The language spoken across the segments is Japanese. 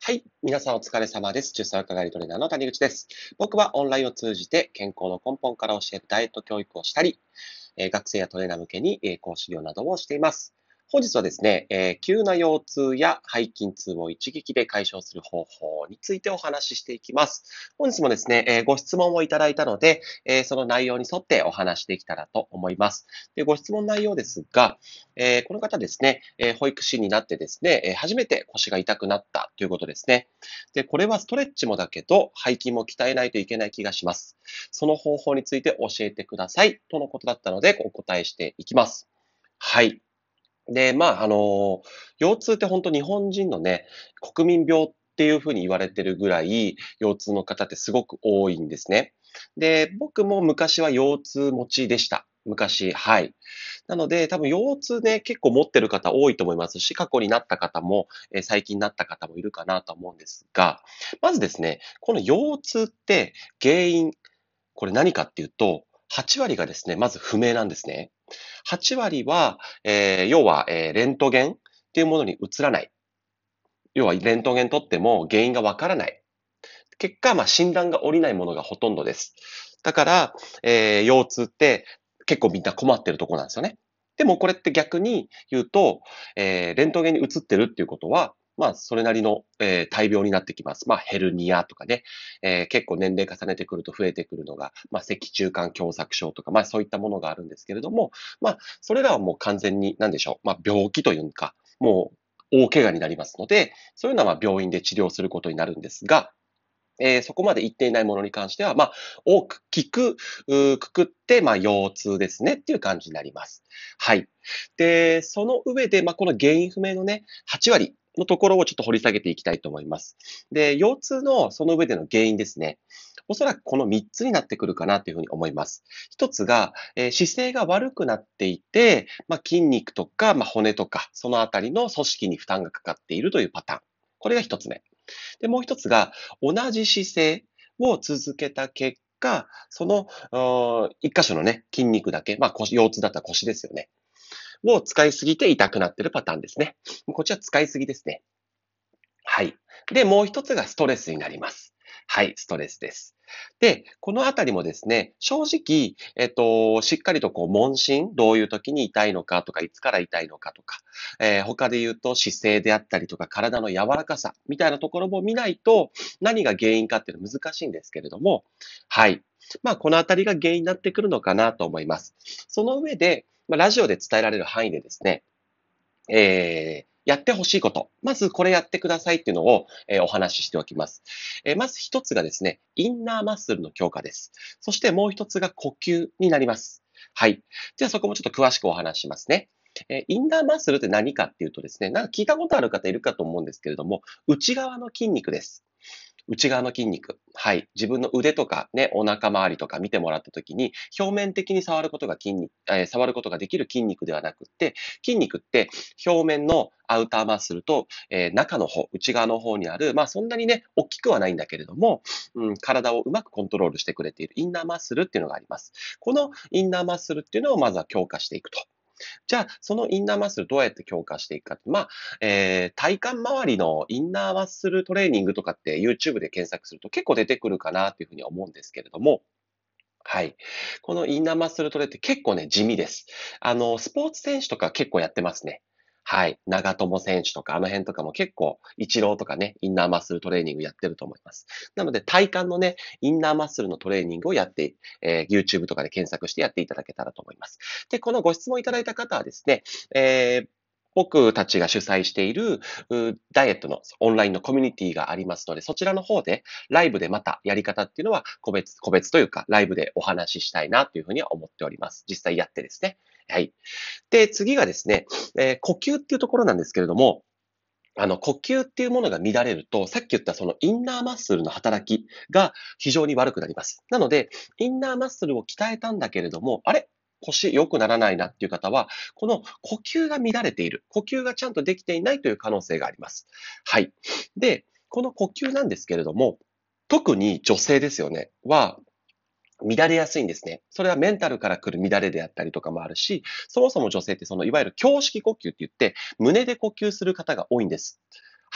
はい。皆さんお疲れ様です。中層科学トレーナーの谷口です。僕はオンラインを通じて健康の根本から教えるダイエット教育をしたり、学生やトレーナー向けに講師業などをしています。本日はですね、急な腰痛や背筋痛を一撃で解消する方法についてお話ししていきます。本日もですね、ご質問をいただいたので、その内容に沿ってお話しできたらと思います。で、ご質問内容ですが、この方ですね、保育士になってですね、初めて腰が痛くなったということですね。で、これはストレッチもだけど、背筋も鍛えないといけない気がします。その方法について教えてください。とのことだったので、お答えしていきます。はい。で、腰痛って本当日本人のね、国民病っていうふうに言われてるぐらい、腰痛の方ってすごく多いんですね。で、僕も昔は腰痛持ちでした。昔、はい。なので、多分腰痛ね、結構持ってる方多いと思いますし、過去になった方も、最近なった方もいるかなと思うんですが、まずですね、この腰痛って原因、これ何かっていうと、8割がですね、まず不明なんですね。8割は、要は、レントゲンっていうものに移らない。要は、レントゲン取っても原因がわからない。結果、診断が下りないものがほとんどです。だから、腰痛って結構みんな困ってるところなんですよね。でもこれって逆に言うと、レントゲンに移ってるっていうことは、それなりの、大病になってきます。ヘルニアとかね、結構年齢重ねてくると増えてくるのが、脊柱管狭窄症とか、そういったものがあるんですけれども、それらはもう完全に、なんでしょう、病気というか、もう大怪我になりますので、そういうのは病院で治療することになるんですが、そこまで行っていないものに関しては、大きく、くくって、腰痛ですねっていう感じになります。はい。で、その上で、この原因不明のね、8割のところをちょっと掘り下げていきたいと思います。で、腰痛のその上での原因ですね。おそらくこの3つになってくるかなというふうに思います。1つが、姿勢が悪くなっていて、筋肉とか、骨とか、そのあたりの組織に負担がかかっているというパターン。これが1つ目。で、もう一つが、同じ姿勢を続けた結果、その、一箇所のね、筋肉だけ、腰痛だったら腰ですよね。を使いすぎて痛くなってるパターンですね。こっちは使いすぎですね。はい。で、もう一つがストレスになります。はい、ストレスです。で、このあたりもですね、正直、しっかりと問診、どういう時に痛いのかとか、いつから痛いのかとか、他で言うと姿勢であったりとか、体の柔らかさみたいなところも見ないと、何が原因かっていうのは難しいんですけれども、はい。このあたりが原因になってくるのかなと思います。その上で、ラジオで伝えられる範囲でですね、やってほしいこと。まずこれやってくださいっていうのを、お話ししておきます。まず一つがですね、インナーマッスルの強化です。そしてもう一つが呼吸になります。はい。じゃあそこもちょっと詳しくお話ししますね。インナーマッスルって何かっていうとですね、なんか聞いたことある方いるかと思うんですけれども、内側の筋肉です。内側の筋肉。はい。自分の腕とかね、お腹周りとか見てもらったときに、表面的に触ることができる筋肉ではなくって、筋肉って表面のアウターマッスルと、中の方、内側の方にある、そんなにね、大きくはないんだけれども、体をうまくコントロールしてくれているインナーマッスルっていうのがあります。このインナーマッスルっていうのをまずは強化していくと。じゃあ、そのインナーマッスルどうやって強化していくか。体幹周りのインナーマッスルトレーニングとかって YouTube で検索すると結構出てくるかなというふうに思うんですけれども、はい。このインナーマッスルトレって結構ね、地味です。スポーツ選手とか結構やってますね。はい。長友選手とか、あの辺とかも結構、イチローとかね、インナーマッスルトレーニングやってると思います。なので、体幹のね、インナーマッスルのトレーニングをやって、YouTube とかで検索してやっていただけたらと思います。で、このご質問いただいた方はですね、僕たちが主催しているダイエットのオンラインのコミュニティがありますので、そちらの方でライブでまたやり方っていうのは個別というか、ライブでお話ししたいなというふうには思っております。実際やってですね。はい。で、次がですね、呼吸っていうところなんですけれども、呼吸っていうものが乱れると、さっき言ったそのインナーマッスルの働きが非常に悪くなります。なので、インナーマッスルを鍛えたんだけれども、あれ腰良くならないなっていう方は、この呼吸が乱れている。呼吸がちゃんとできていないという可能性があります。はい。で、この呼吸なんですけれども、特に女性ですよね、乱れやすいんですね。それはメンタルから来る乱れであったりとかもあるし、そもそも女性ってそのいわゆる胸式呼吸って言って、胸で呼吸する方が多いんです。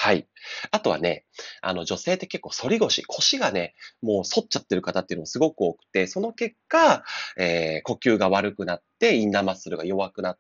はい。あとはね、女性って結構反り腰がね、もう反っちゃってる方っていうのもすごく多くて、その結果、呼吸が悪くなって、インナーマッスルが弱くなって、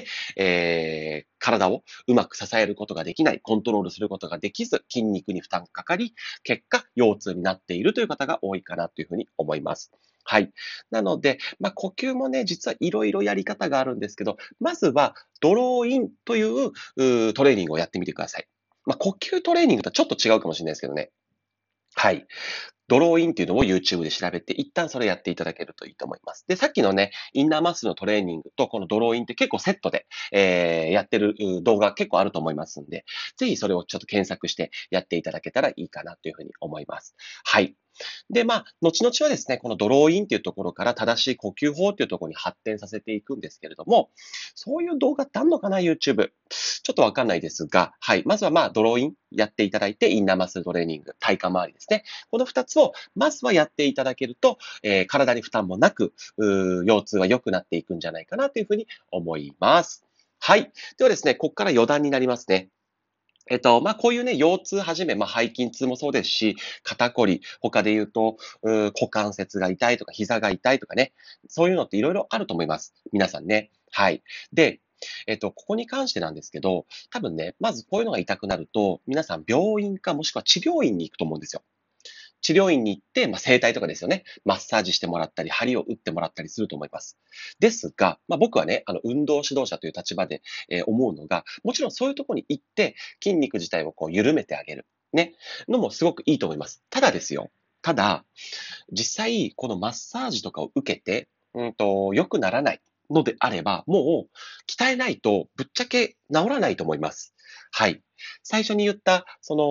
体をうまく支えることができない、コントロールすることができず、筋肉に負担がかかり、結果、腰痛になっているという方が多いかなというふうに思います。はい。なので、呼吸もね、実はいろいろやり方があるんですけど、まずは、ドローインというトレーニングをやってみてください。呼吸トレーニングとはちょっと違うかもしれないですけどね。はい。ドローインっていうのを YouTube で調べて、一旦それやっていただけるといいと思います。で、さっきのね、インナーマッスルのトレーニングとこのドローインって結構セットで、やってる動画結構あると思いますんで、ぜひそれをちょっと検索してやっていただけたらいいかなというふうに思います。はい。で、後々はですね、このドローインっていうところから正しい呼吸法っていうところに発展させていくんですけれども、そういう動画ってあんのかな、YouTube。ちょっとわかんないですが、はい。まずはドローインやっていただいて、インナーマッスルトレーニング、体幹周りですね。この2つを、まずはやっていただけると、体に負担もなく、腰痛は良くなっていくんじゃないかなというふうに思います。はい。ではですね、ここから余談になりますね。こういうね、腰痛はじめ、背筋痛もそうですし、肩こり、他で言うと、股関節が痛いとか、膝が痛いとかね、そういうのっていろいろあると思います。皆さんね。はい。で、ここに関してなんですけど、多分ね、まずこういうのが痛くなると、皆さん病院かもしくは治療院に行くと思うんですよ。治療院に行って、整体とかですよね。マッサージしてもらったり、針を打ってもらったりすると思います。ですが、僕はね、運動指導者という立場で、思うのが、もちろんそういうところに行って、筋肉自体をこう緩めてあげる。ね。のもすごくいいと思います。ただですよ。ただ、実際、このマッサージとかを受けて、良くならないのであれば、もう、鍛えないと、ぶっちゃけ治らないと思います。はい。最初に言った、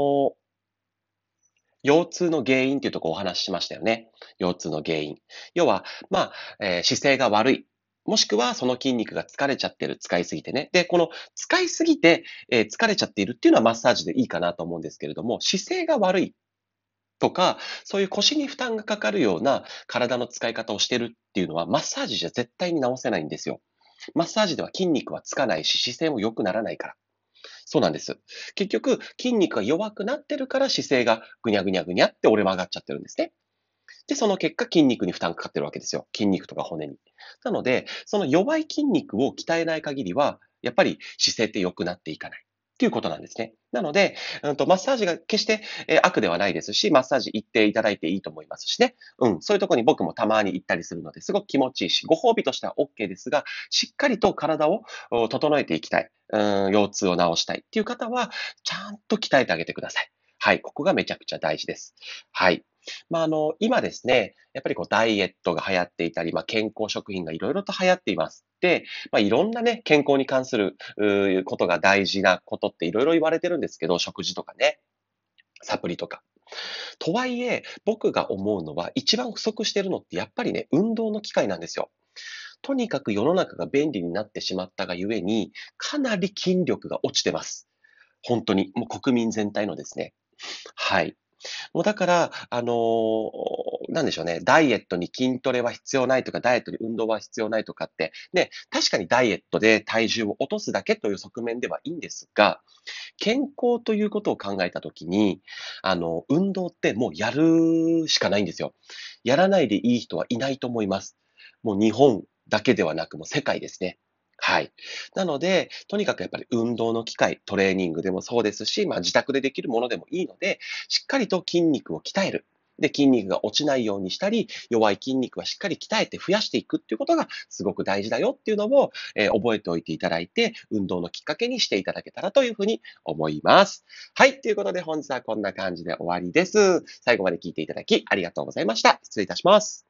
腰痛の原因っていうところをお話ししましたよね。腰痛の原因。要は、姿勢が悪い。もしくはその筋肉が疲れちゃってる、使いすぎてね。で、この使いすぎて、疲れちゃっているっていうのはマッサージでいいかなと思うんですけれども、姿勢が悪いとか、そういう腰に負担がかかるような体の使い方をしてるっていうのは、マッサージじゃ絶対に治せないんですよ。マッサージでは筋肉はつかないし、姿勢も良くならないから。そうなんです。結局、筋肉が弱くなってるから姿勢がぐにゃぐにゃぐにゃって折れ曲がっちゃってるんですね。で、その結果筋肉に負担かかってるわけですよ。筋肉とか骨に。なので、その弱い筋肉を鍛えない限りは、やっぱり姿勢って良くなっていかない。っていうことなんですね。なので、マッサージが決して、悪ではないですし、マッサージ行っていただいていいと思いますしね。そういうところに僕もたまに行ったりするので、すごく気持ちいいし、ご褒美としては OK ですが、しっかりと体を整えていきたい。腰痛を治したいっていう方は、ちゃんと鍛えてあげてください。はい、ここがめちゃくちゃ大事です。はい。今ですね、やっぱりこうダイエットが流行っていたり、健康食品がいろいろと流行っています。で、いろんなね、健康に関することが大事なことっていろいろ言われてるんですけど、食事とかね、サプリとか。とはいえ、僕が思うのは、一番不足してるのってやっぱりね、運動の機会なんですよ。とにかく世の中が便利になってしまったがゆえに、かなり筋力が落ちてます。本当に。もう国民全体のですね。はい。もうだから、なんでしょうね、ダイエットに筋トレは必要ないとか、ダイエットに運動は必要ないとかって、ね、確かにダイエットで体重を落とすだけという側面ではいいんですが、健康ということを考えたときに、運動ってもうやるしかないんですよ。やらないでいい人はいないと思います。もう日本だけではなく、もう世界ですね。はい。なので、とにかくやっぱり運動の機会、トレーニングでもそうですし、自宅でできるものでもいいので、しっかりと筋肉を鍛える。で、筋肉が落ちないようにしたり、弱い筋肉はしっかり鍛えて増やしていくっていうことがすごく大事だよっていうのを、覚えておいていただいて、運動のきっかけにしていただけたらというふうに思います。はい。ということで本日はこんな感じで終わりです。最後まで聞いていただきありがとうございました。失礼いたします。